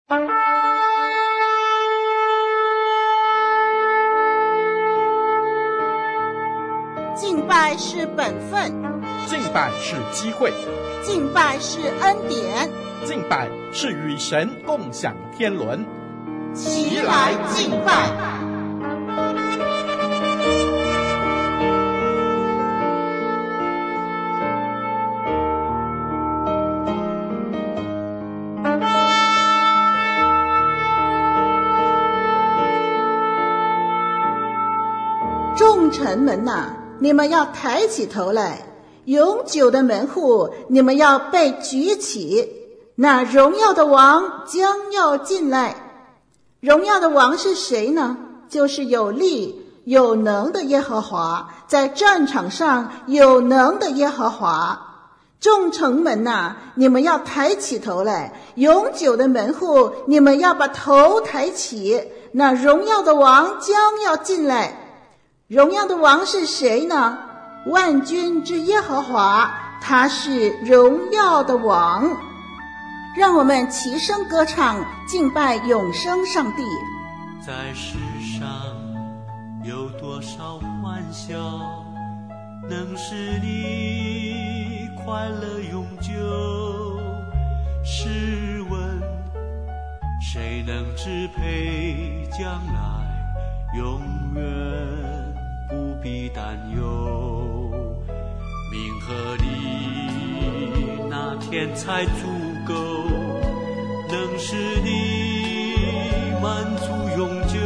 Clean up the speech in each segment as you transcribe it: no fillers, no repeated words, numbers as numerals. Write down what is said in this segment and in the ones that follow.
敬拜是本分， 敬拜是机会， 敬拜是恩典， 敬拜是与神共享天伦。 齐来敬拜。众臣们哪，你们要抬起头来，永久的门户，你们要被举起，那荣耀的王将要进来。荣耀的王是谁呢？就是有力有能的耶和华，在战场上有能的耶和华。众城门哪，你们要抬起头来，永久的门户，你们要把头抬起，那荣耀的王将要进来。荣耀的王是谁呢？万军之耶和华，他是荣耀的王。让我们齐声歌唱，敬拜永生上帝。 在世上有多少欢笑，能使你快乐永久？试问谁能支配将来永远不必担忧？名和利那天才足够，能使你满足永久。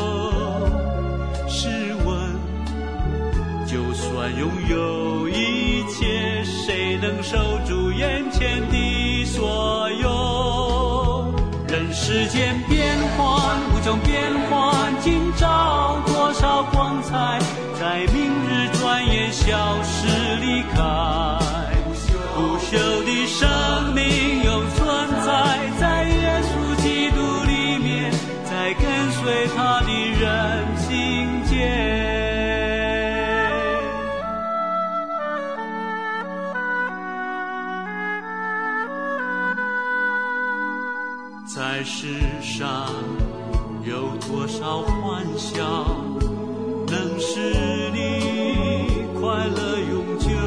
试问就算拥有一切，谁能守住眼前的所有？人世间变幻无穷，变幻今朝多少光彩，在明日转眼消失离开。不朽的生命永存在耶稣基督里面，在跟随他的人心间。在世上有多少欢笑，能使你快乐永久？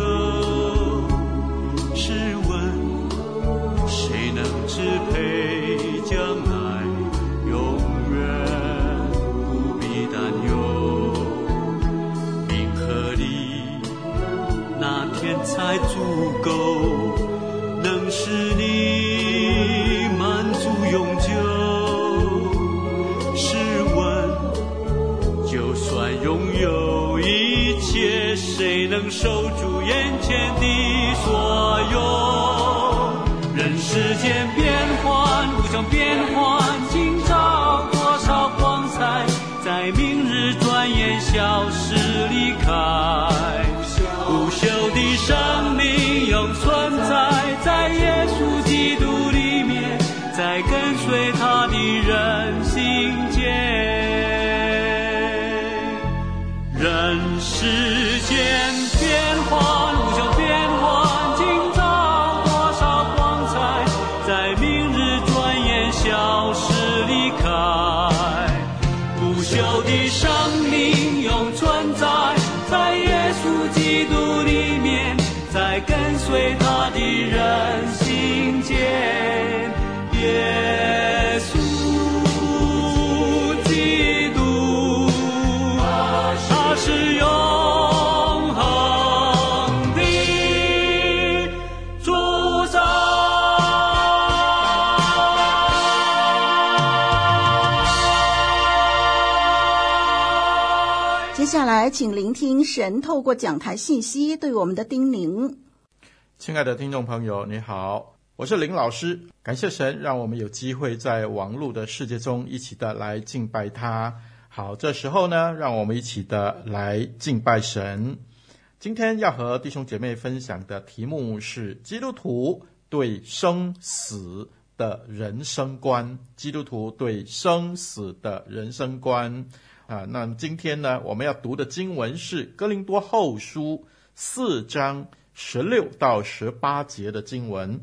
试问谁能支配将来永远不必担忧？名和利那天才足够，能使你满足永久。试问就算拥有一切，谁能守住眼前的所有？人世间变幻无穷，变幻今朝多少光彩，在明日转眼消失离开。不朽的生命永存在耶稣基督里面，在跟随他的人心间。人世间变幻无穷，变幻今朝多少光彩，在明日转眼消失离开。不朽的生命永存在耶稣基督里面，在跟随他的人心间。耶稣基督，他是永恒的主宰。 接下来请聆听神透过讲台信息对我们的叮咛。 亲爱的听众朋友，你好，我是林老师。感谢神让我们有机会在网络的世界中一起的来敬拜他。好，这时候呢，让我们一起的来敬拜神。今天要和弟兄姐妹分享的题目是基督徒对生死的人生观。基督徒对生死的人生观。那今天呢，我们要读的经文是哥林多后书4章16到18节的经文。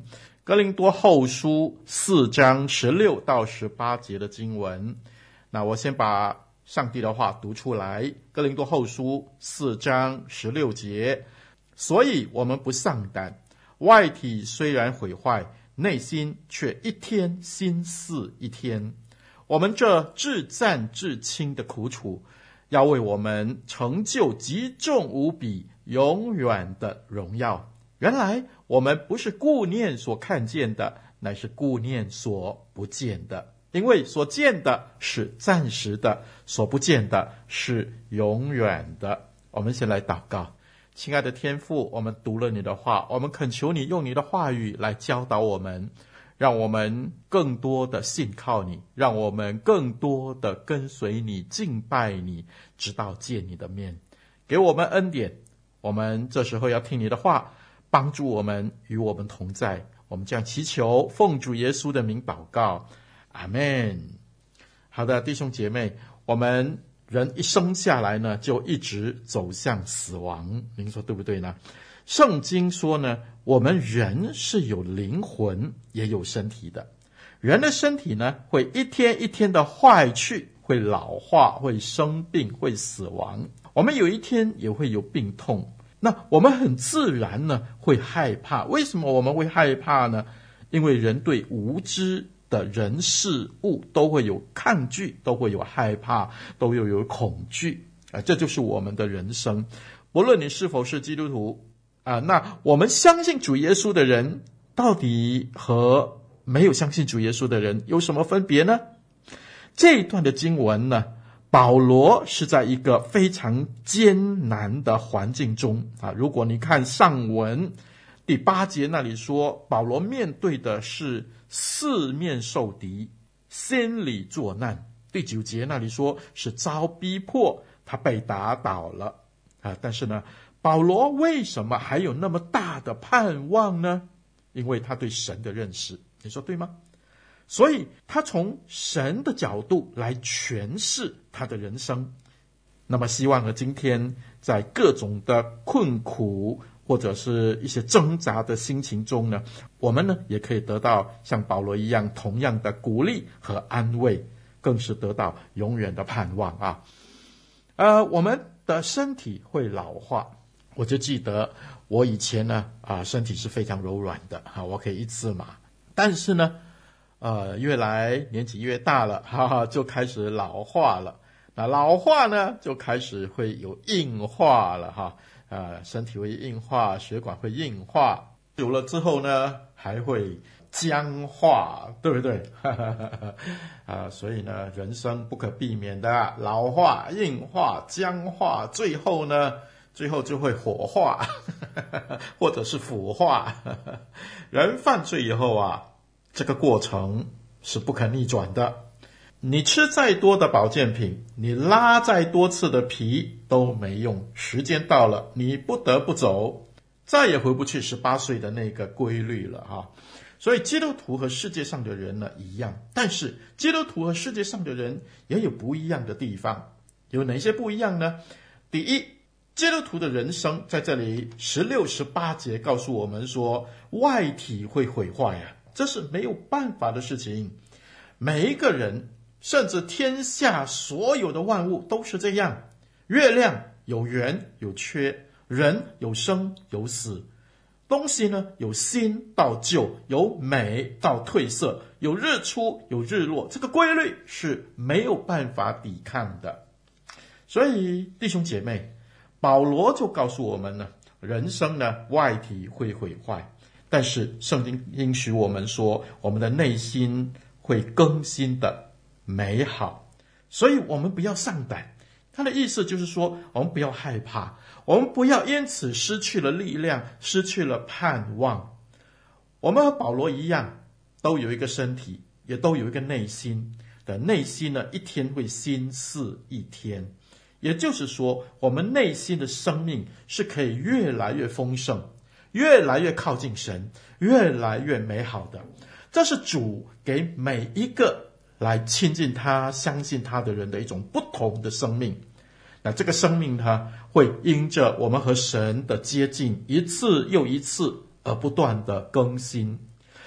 哥林多后书4章16到18节的经文。那我先把上帝的话读出来。哥林多后书4章16节，所以我们不丧胆，外体虽然毁坏，内心却一天新似一天。我们这至暂至轻的苦楚，要为我们成就极重无比永远的荣耀。原来我们不是顾念所看见的，乃是顾念所不见的。因为所见的是暂时的，所不见的是永远的。我们先来祷告。亲爱的天父，我们读了你的话，我们恳求你用你的话语来教导我们，让我们更多的信靠你，让我们更多的跟随你，敬拜你，直到见你的面。给我们恩典，我们这时候要听你的话，帮助我们，与我们同在。我们这样祈求，奉主耶稣的名祷告，阿们。好的，弟兄姐妹，我们人一生下来呢，就一直走向死亡，您说对不对呢？圣经说呢，我们人是有灵魂也有身体的。人的身体呢，会一天一天的坏去，会老化，会生病，会死亡。我们有一天也会有病痛。那我们很自然呢会害怕。为什么我们会害怕呢？因为人对无知的人事物都会有抗拒，都会有害怕，都会有恐惧这就是我们的人生。不论你是否是基督徒那我们相信主耶稣的人到底和没有相信主耶稣的人有什么分别呢？这一段的经文呢，保罗是在一个非常艰难的环境中如果你看上文第8节那里说，保罗面对的是四面受敌，心里作难。第9节那里说是遭逼迫，他被打倒了但是呢，保罗为什么还有那么大的盼望呢？因为他对神的认识，你说对吗？所以他从神的角度来诠释他的人生。那么希望呢，今天在各种的困苦或者是一些挣扎的心情中呢，我们呢也可以得到像保罗一样同样的鼓励和安慰，更是得到永远的盼望我们的身体会老化。我就记得我以前呢身体是非常柔软的我可以一字马，但是呢越来年纪越大了就开始老化了。那老化呢就开始会有硬化了身体会硬化，血管会硬化，久了之后呢还会僵化，对不对？所以呢人生不可避免的老化、硬化、僵化，最后就会火化或者是腐化人犯罪以后这个过程是不可逆转的。你吃再多的保健品，你拉再多次的皮都没用，时间到了你不得不走，再也回不去18岁的那个规律了所以基督徒和世界上的人呢一样，但是基督徒和世界上的人也有不一样的地方。有哪些不一样呢？第一，基督徒的人生在这里16、18节告诉我们说，外体会毁坏这是没有办法的事情。每一个人甚至天下所有的万物都是这样。月亮有圆有缺，人有生有死，东西呢有新到旧，有美到褪色，有日出有日落，这个规律是没有办法抵抗的。所以弟兄姐妹，保罗就告诉我们呢，人生呢外体会毁坏，但是圣经应许我们说，我们的内心会更新的美好。所以我们不要丧胆，他的意思就是说，我们不要害怕，我们不要因此失去了力量，失去了盼望。我们和保罗一样，都有一个身体，也都有一个内心的内心呢，一天会新似一天。也就是说，我们内心的生命是可以越来越丰盛，越来越靠近神，越来越美好的。这是主给每一个来亲近他、相信他的人的一种不同的生命。那这个生命它会因着我们和神的接近一次又一次而不断的更新。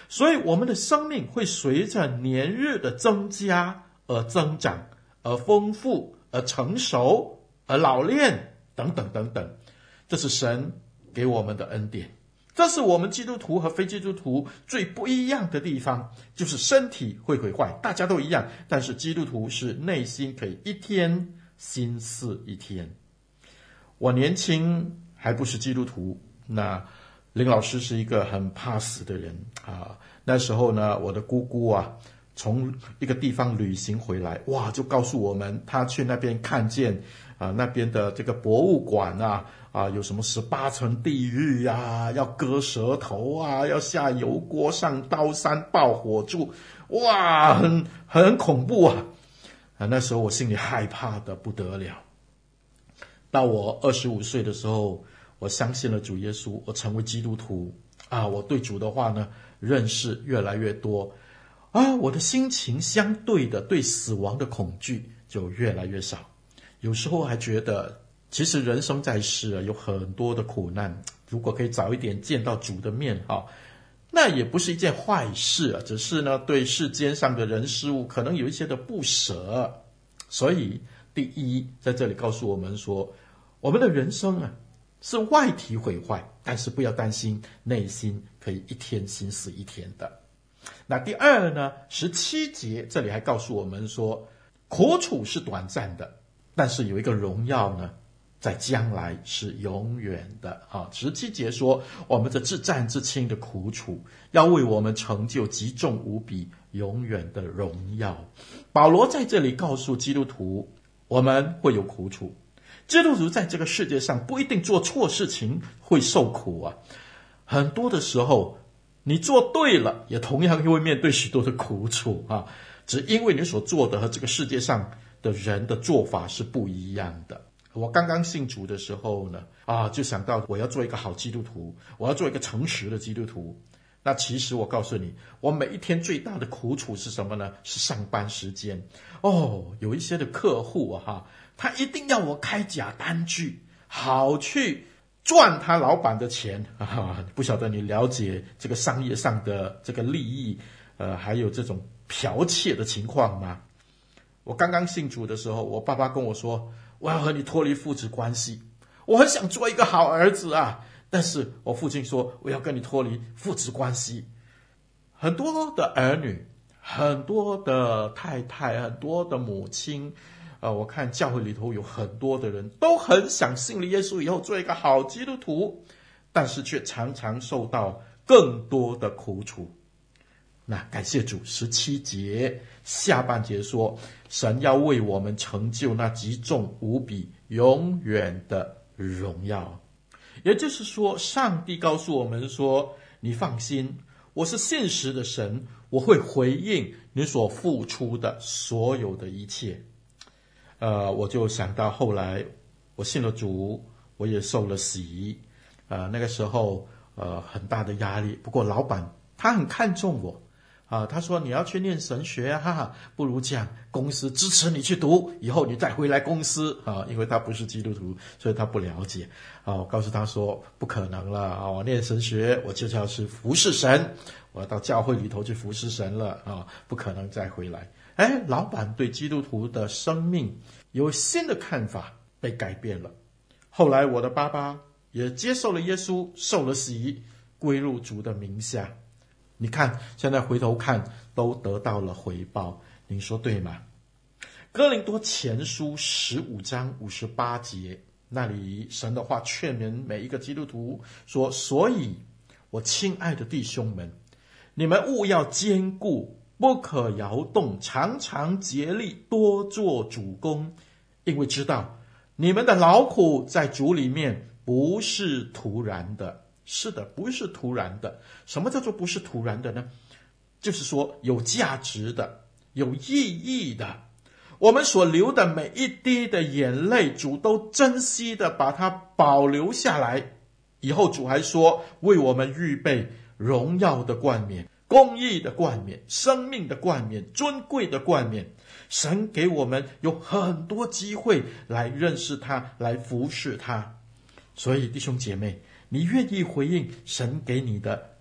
所以我们的生命会随着年日的增加而增长，而丰富，而成熟，而老练，等等等等。这是神给我们的恩典。这是我们基督徒和非基督徒最不一样的地方，就是身体会毁坏，大家都一样，但是基督徒是内心可以一天心思一天。我年轻还不是基督徒，那林老师是一个很怕死的人啊。那时候呢，我的姑姑啊，从一个地方旅行回来，哇，就告诉我们，她去那边看见那边的这个博物馆有什么18层地狱啊，要割舌头啊，要下油锅上刀山爆火柱，哇，很恐怖啊！那时候我心里害怕的不得了。到我25岁的时候，我相信了主耶稣，我成为基督徒我对主的话呢认识越来越多我的心情相对的对死亡的恐惧就越来越少。有时候还觉得其实人生在世有很多的苦难，如果可以早一点见到主的面那也不是一件坏事只是呢对世间上的人事物可能有一些的不舍。所以第一，在这里告诉我们说，我们的人生是外体毁坏，但是不要担心，内心可以一天心思一天的。那第二呢，17节这里还告诉我们说，苦楚是短暂的，但是有一个荣耀呢在将来是永远的17节说，我们这至战至轻的苦楚要为我们成就极重无比永远的荣耀。保罗在这里告诉基督徒，我们会有苦楚，基督徒在这个世界上不一定做错事情会受苦很多的时候你做对了，也同样会面对许多的苦楚只因为你所做的和这个世界上的人的做法是不一样的。我刚刚信主的时候呢就想到我要做一个好基督徒，我要做一个诚实的基督徒。那其实我告诉你，我每一天最大的苦楚是什么呢？是上班时间有一些的客户他一定要我开假单据，好去赚他老板的钱不晓得你了解这个商业上的这个利益还有这种剽窃的情况吗？我刚刚信主的时候，我爸爸跟我说，我要和你脱离父子关系，我很想做一个好儿子但是我父亲说，我要跟你脱离父子关系。很多的儿女，很多的太太，很多的母亲我看教会里头有很多的人都很想信了耶稣以后做一个好基督徒，但是却常常受到更多的苦楚。那感谢主，17节下半节说，神要为我们成就那极重无比永远的荣耀。也就是说，上帝告诉我们说，你放心，我是信实的神，我会回应你所付出的所有的一切。我就想到后来我信了主，我也受了洗那个时候很大的压力，不过老板他很看重我他说你要去念神学不如这样，公司支持你去读，以后你再回来公司因为他不是基督徒，所以他不了解我告诉他说不可能了我念神学，我就是要去服侍神，我要到教会里头去服侍神了不可能再回来。老板对基督徒的生命有新的看法，被改变了。后来我的爸爸也接受了耶稣，受了洗，归入主的名下。你看现在回头看都得到了回报，您说对吗？哥林多前书15章58节，那里神的话劝勉每一个基督徒说，所以我亲爱的弟兄们，你们务要坚固，不可摇动，常常竭力多做主工，因为知道你们的劳苦在主里面不是徒然的。是的，不是突然的。什么叫做不是突然的呢？就是说有价值的，有意义的。我们所流的每一滴的眼泪，主都珍惜的把它保留下来。以后主还说，为我们预备荣耀的冠冕，公义的冠冕，生命的冠冕，尊贵的冠冕。神给我们有很多机会来认识他，来服侍他。所以弟兄姐妹，你愿意回应神给你的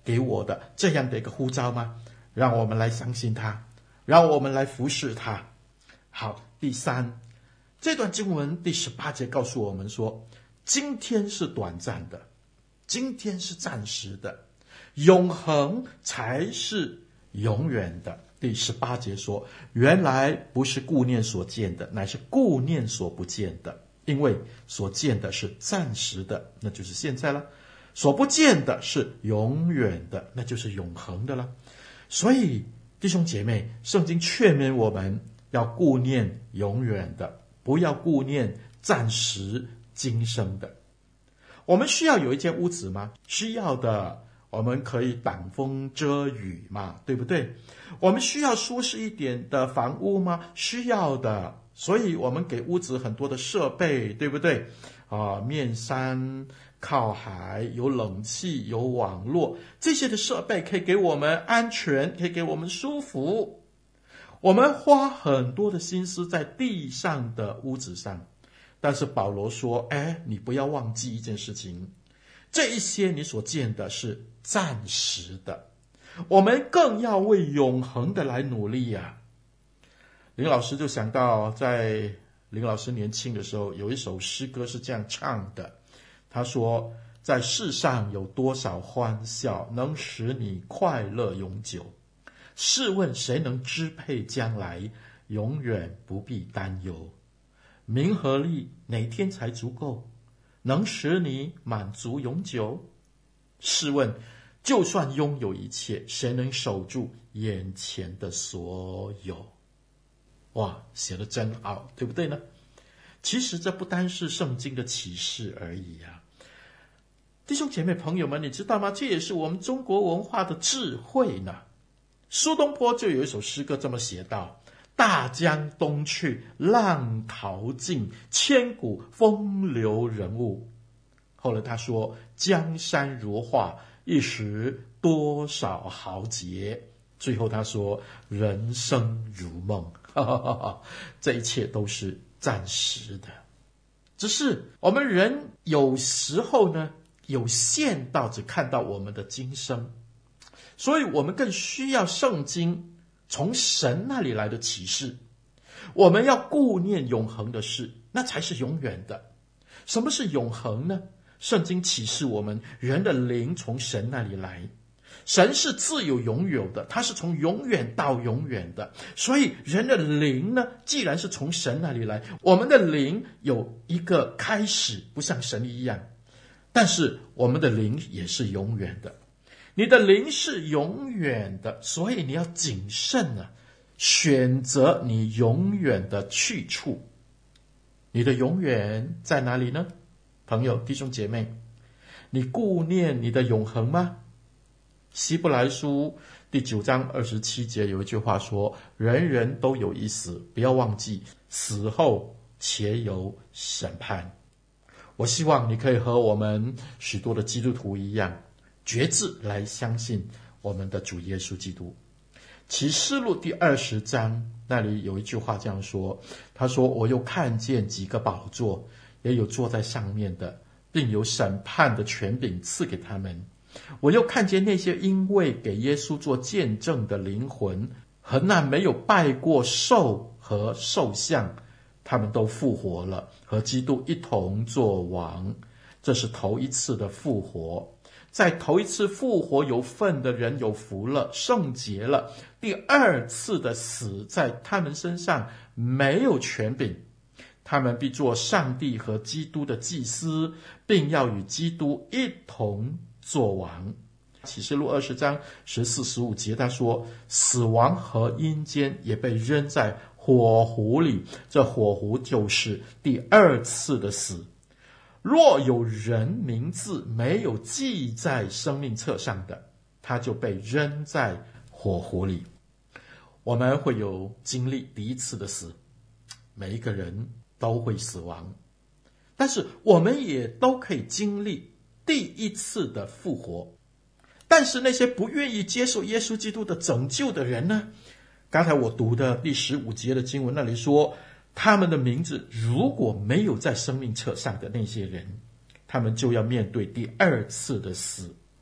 给我的这样的一个呼召吗？让我们来相信他，让我们来服侍他。好，第三，这段经文第18节告诉我们说，今天是短暂的，今天是暂时的，永恒才是永远的。第18节说，原来不是顾念所见的，乃是顾念所不见的，因为所见的是暂时的，那就是现在了，所不见的是永远的，那就是永恒的了。所以弟兄姐妹，圣经劝勉我们要顾念永远的，不要顾念暂时今生的。我们需要有一间屋子吗？需要的。我们可以挡风遮雨嘛，对不对？我们需要舒适一点的房屋吗？需要的。所以我们给屋子很多的设备，对不对？面山靠海，有冷气，有网络，这些的设备可以给我们安全，可以给我们舒服。我们花很多的心思在地上的屋子上，但是保罗说，你不要忘记一件事情，这一些你所见的是暂时的，我们更要为永恒的来努力呀。林老师就想到，在林老师年轻的时候，有一首诗歌是这样唱的，他说，在世上有多少欢笑，能使你快乐永久？试问谁能支配将来，永远不必担忧？名和利哪天才足够，能使你满足永久？试问就算拥有一切，谁能守住眼前的所有？哇，写得真好，对不对呢？其实这不单是圣经的启示而已啊。弟兄姐妹朋友们，你知道吗？这也是我们中国文化的智慧呢。苏东坡就有一首诗歌这么写道，大江东去，浪淘尽，千古风流人物。后来他说，江山如画，一时多少豪杰。最后他说，人生如梦。这一切都是暂时的，只是我们人有时候呢，有限到只看到我们的今生，所以我们更需要圣经从神那里来的启示。我们要顾念永恒的事，那才是永远的。什么是永恒呢？圣经启示我们，人的灵从神那里来，神是自有永有的，他是从永远到永远的。所以人的灵呢，既然是从神那里来，我们的灵有一个开始，不像神一样，但是我们的灵也是永远的。你的灵是永远的，所以你要谨慎啊，选择你永远的去处。你的永远在哪里呢？朋友弟兄姐妹，你顾念你的永恒吗？希伯来书第9章27节有一句话说，人人都有一死，不要忘记死后且有审判。我希望你可以和我们许多的基督徒一样，决志来相信我们的主耶稣基督。启示录第20章那里有一句话这样说，他说，我又看见几个宝座，也有坐在上面的，并有审判的权柄赐给他们。我又看见那些因为给耶稣做见证的灵魂和那没有拜过兽和兽像，他们都复活了，和基督一同作王。这是头一次的复活。在头一次复活有份的人有福了，圣洁了。第二次的死在他们身上没有权柄，他们必做上帝和基督的祭司，并要与基督一同作王。启示录20章14、15节他说，死亡和阴间也被扔在火湖里，这火湖就是第二次的死。若有人名字没有记在生命册上的，他就被扔在火湖里。我们会有经历第一次的死，每一个人都会死亡，但是我们也都可以经历第一次的复活。但是那些不愿意接受耶稣基督的拯救的人呢？刚才我读的第15节的经文那里说，他们的名字如果没有在生命册上的那些人，他们就要面对第二次的死。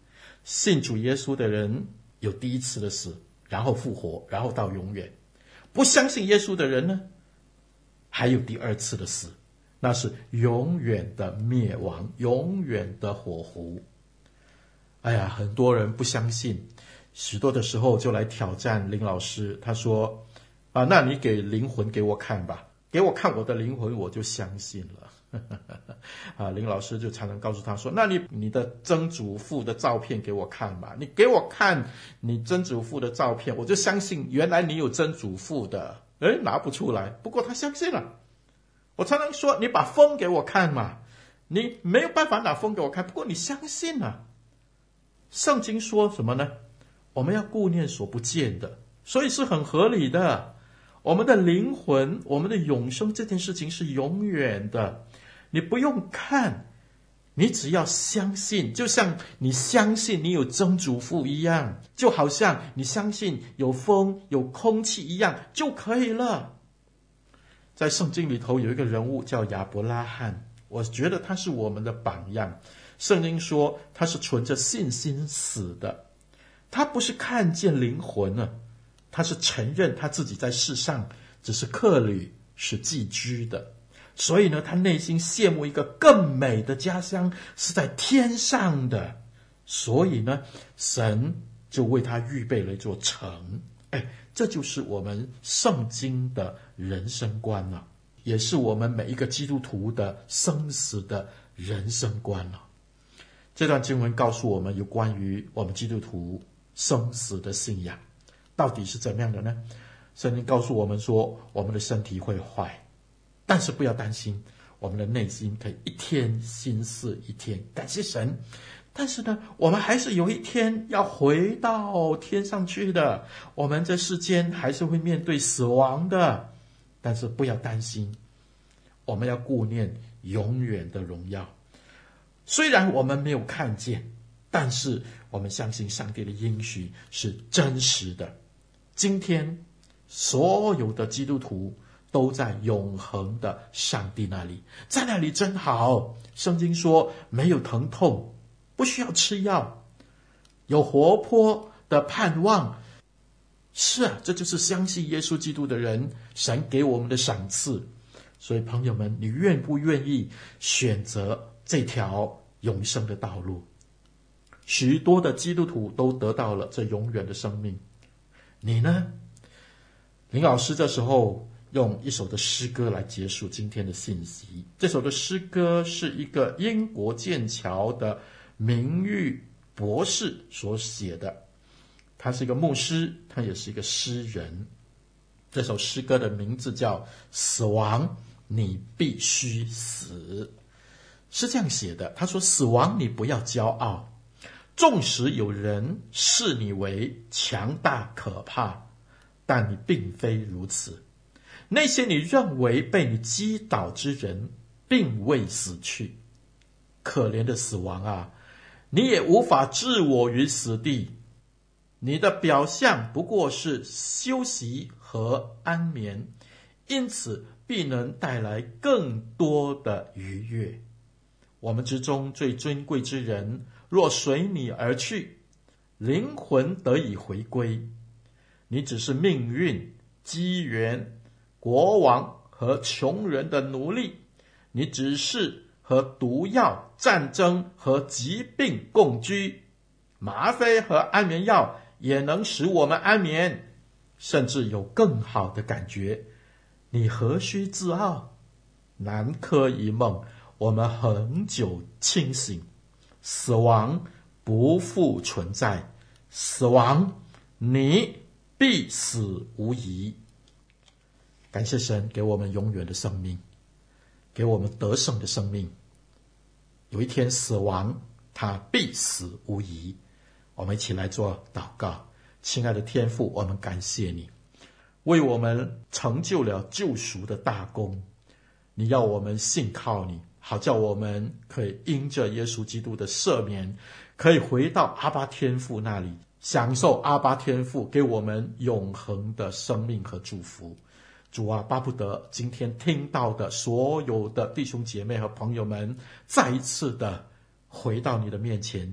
信主耶稣的人有第一次的死，然后复活，然后到永远。不相信耶稣的人呢，还有第二次的死，那是永远的灭亡，永远的火湖。哎呀，很多人不相信，许多的时候就来挑战林老师。他说那你给灵魂给我看吧，给我看我的灵魂，我就相信了。林老师就常常告诉他说，那你的曾祖父的照片给我看吧，你给我看你曾祖父的照片，我就相信原来你有曾祖父的。拿不出来，不过他相信了。我常常说，你把风给我看嘛，你没有办法拿风给我看，不过你相信了。圣经说什么呢？我们要顾念所不见的，所以是很合理的。我们的灵魂，我们的永生这件事情是永远的，你不用看，你只要相信，就像你相信你有曾祖父一样，就好像你相信有风有空气一样就可以了。在圣经里头有一个人物叫亚伯拉罕，我觉得他是我们的榜样。圣经说他是存着信心死的，他不是看见灵魂了，他是承认他自己在世上只是客旅，是寄居的。所以呢，他内心羡慕一个更美的家乡，是在天上的。所以呢，神就为他预备了一座城。这就是我们圣经的人生观了，也是我们每一个基督徒的生死的人生观了。这段经文告诉我们有关于我们基督徒生死的信仰到底是怎么样的呢？圣经告诉我们说，我们的身体会坏，但是不要担心，我们的内心可以一天心思一天，感谢神。但是呢，我们还是有一天要回到天上去的，我们在世间还是会面对死亡的，但是不要担心，我们要顾念永远的荣耀。虽然我们没有看见，但是我们相信上帝的应许是真实的。今天所有的基督徒都在永恒的上帝那里，在那里真好。圣经说没有疼痛，不需要吃药，有活泼的盼望。是啊，这就是相信耶稣基督的人，神给我们的赏赐。所以朋友们，你愿不愿意选择这条永生的道路？许多的基督徒都得到了这永远的生命，你呢？林老师这时候用一首的诗歌来结束今天的信息。这首的诗歌是一个英国剑桥的名誉博士所写的，他是一个牧师，他也是一个诗人。这首诗歌的名字叫《死亡，你必须死》，是这样写的。他说，死亡你不要骄傲，纵使有人视你为强大可怕，但你并非如此。那些你认为被你击倒之人并未死去。可怜的死亡啊，你也无法置我于死地。你的表象不过是休息和安眠，因此必能带来更多的愉悦。我们之中最尊贵之人若随你而去，灵魂得以回归。你只是命运、机缘、国王和穷人的奴隶，你只是和毒药、战争和疾病共居。吗啡和安眠药也能使我们安眠，甚至有更好的感觉。你何须自傲？南柯一梦，我们很久清醒。死亡不复存在，死亡你必死无疑。感谢神给我们永远的生命，给我们得胜的生命。有一天死亡他必死无疑。我们一起来做祷告。亲爱的天父，我们感谢你为我们成就了救赎的大功。你要我们信靠你，好叫我们可以因着耶稣基督的赦免，可以回到阿爸天父那里，享受阿爸天父给我们永恒的生命和祝福。主啊，巴不得今天听到的所有的弟兄姐妹和朋友们再一次的回到你的面前，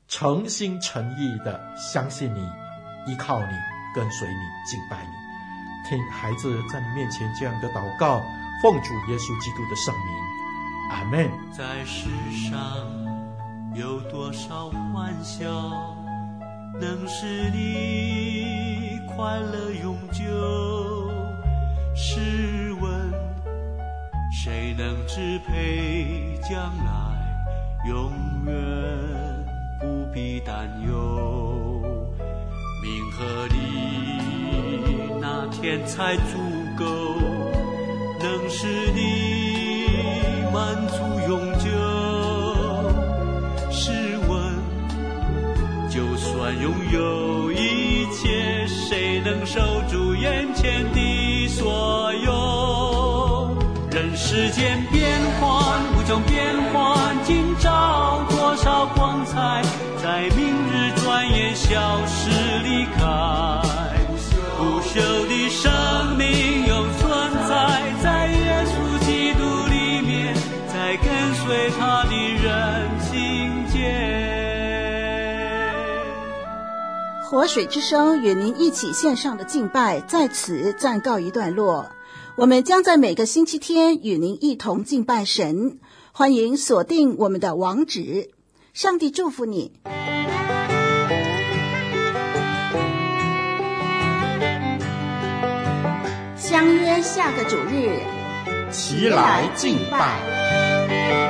诚心诚意的相信你，依靠你，跟随你，敬拜你。听孩子在你面前这样的祷告，奉主耶稣基督的圣名，阿们。 在世上有多少欢笑，能使你快乐永久？试问谁能支配将来，永远不必担忧？名和利那天才足够，能使你满足永久。试问就算拥有一切，谁能守住眼前的所有？人世间变幻无穷变幻，今朝多少光彩，在明日转眼消失离开。不朽的生命永存在耶稣基督里面，在跟随他的人境界。 活水之声与您一起线上的敬拜在此暂告一段落，我们将在每个星期天与您一同敬拜神，欢迎锁定我们的网址。上帝祝福你。相约下个主日， 齐来敬拜。